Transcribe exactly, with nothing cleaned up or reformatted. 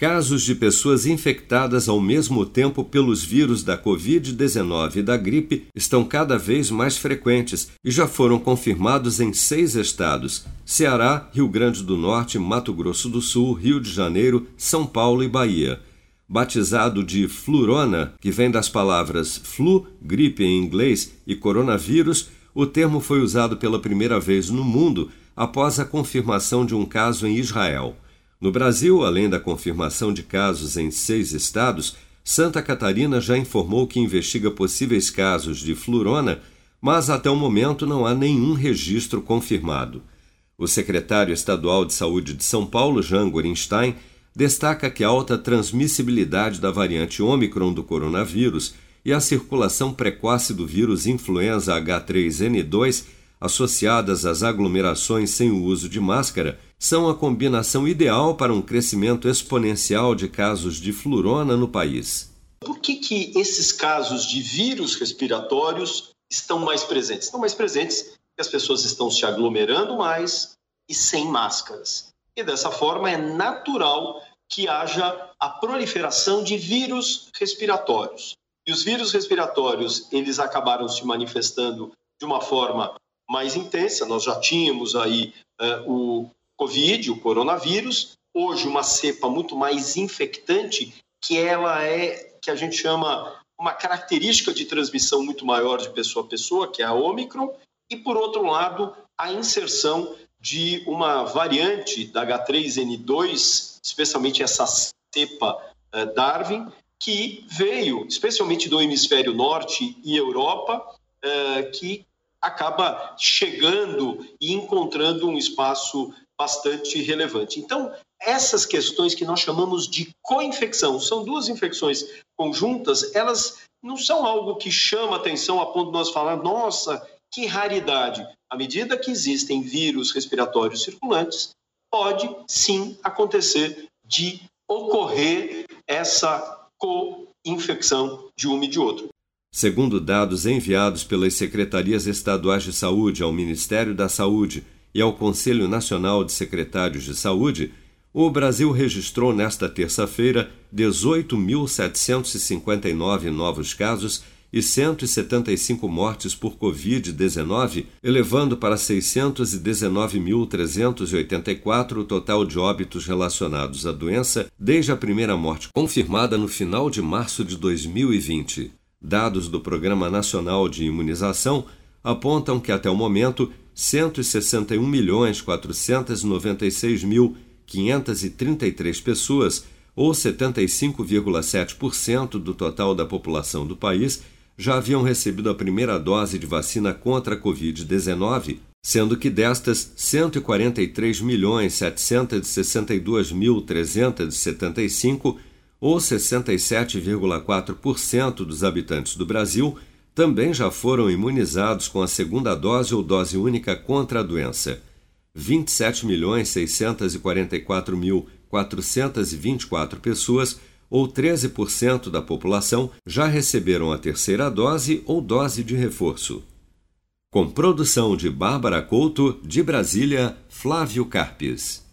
Casos de pessoas infectadas ao mesmo tempo pelos vírus da covid dezenove e da gripe estão cada vez mais frequentes e já foram confirmados em seis estados: Ceará, Rio Grande do Norte, Mato Grosso do Sul, Rio de Janeiro, São Paulo e Bahia. Batizado de flurona, que vem das palavras flu, gripe em inglês, e coronavírus, o termo foi usado pela primeira vez no mundo após a confirmação de um caso em Israel. No Brasil, além da confirmação de casos em seis estados, Santa Catarina já informou que investiga possíveis casos de flurona, mas até o momento não há nenhum registro confirmado. O secretário estadual de Saúde de São Paulo, Jean Gorenstein, destaca que a alta transmissibilidade da variante Ômicron do coronavírus e a circulação precoce do vírus influenza H três N dois, associadas às aglomerações sem o uso de máscara, são a combinação ideal para um crescimento exponencial de casos de flurona no país. Por que que esses casos de vírus respiratórios estão mais presentes? Estão mais presentes porque as pessoas estão se aglomerando mais e sem máscaras. E dessa forma é natural que haja a proliferação de vírus respiratórios. E os vírus respiratórios, eles acabaram se manifestando de uma forma mais intensa. Nós já tínhamos aí uh, o Covid, o coronavírus, hoje uma cepa muito mais infectante, que ela é, que a gente chama uma característica de transmissão muito maior de pessoa a pessoa, que é a Ômicron, e por outro lado, a inserção de uma variante da H três N dois, especialmente essa cepa uh, Darwin, que veio especialmente do hemisfério norte e Europa, uh, que acaba chegando e encontrando um espaço bastante relevante. Então, essas questões que nós chamamos de co-infecção, são duas infecções conjuntas, elas não são algo que chama atenção a ponto de nós falar, nossa, que raridade. À medida que existem vírus respiratórios circulantes, pode sim acontecer de ocorrer essa co-infecção de um e de outro. Segundo dados enviados pelas Secretarias Estaduais de Saúde ao Ministério da Saúde e ao Conselho Nacional de Secretários de Saúde, o Brasil registrou nesta terça-feira dezoito mil setecentos e cinquenta e nove novos casos e cento e setenta e cinco mortes por covid dezenove, elevando para seiscentos e dezenove mil trezentos e oitenta e quatro o total de óbitos relacionados à doença desde a primeira morte confirmada no final de março de dois mil e vinte. Dados do Programa Nacional de Imunização apontam que, até o momento, cento e sessenta e um milhões quatrocentos e noventa e seis mil quinhentos e trinta e três pessoas, ou setenta e cinco vírgula sete por cento do total da população do país, já haviam recebido a primeira dose de vacina contra a covid dezenove, sendo que destas, cento e quarenta e três milhões setecentos e sessenta e dois mil trezentos e setenta e cinco, ou sessenta e sete vírgula quatro por cento dos habitantes do Brasil, também já foram imunizados com a segunda dose ou dose única contra a doença. vinte e sete milhões seiscentos e quarenta e quatro mil quatrocentos e vinte e quatro pessoas, ou treze por cento da população, já receberam a terceira dose ou dose de reforço. Com produção de Bárbara Couto, de Brasília, Flávio Carpes.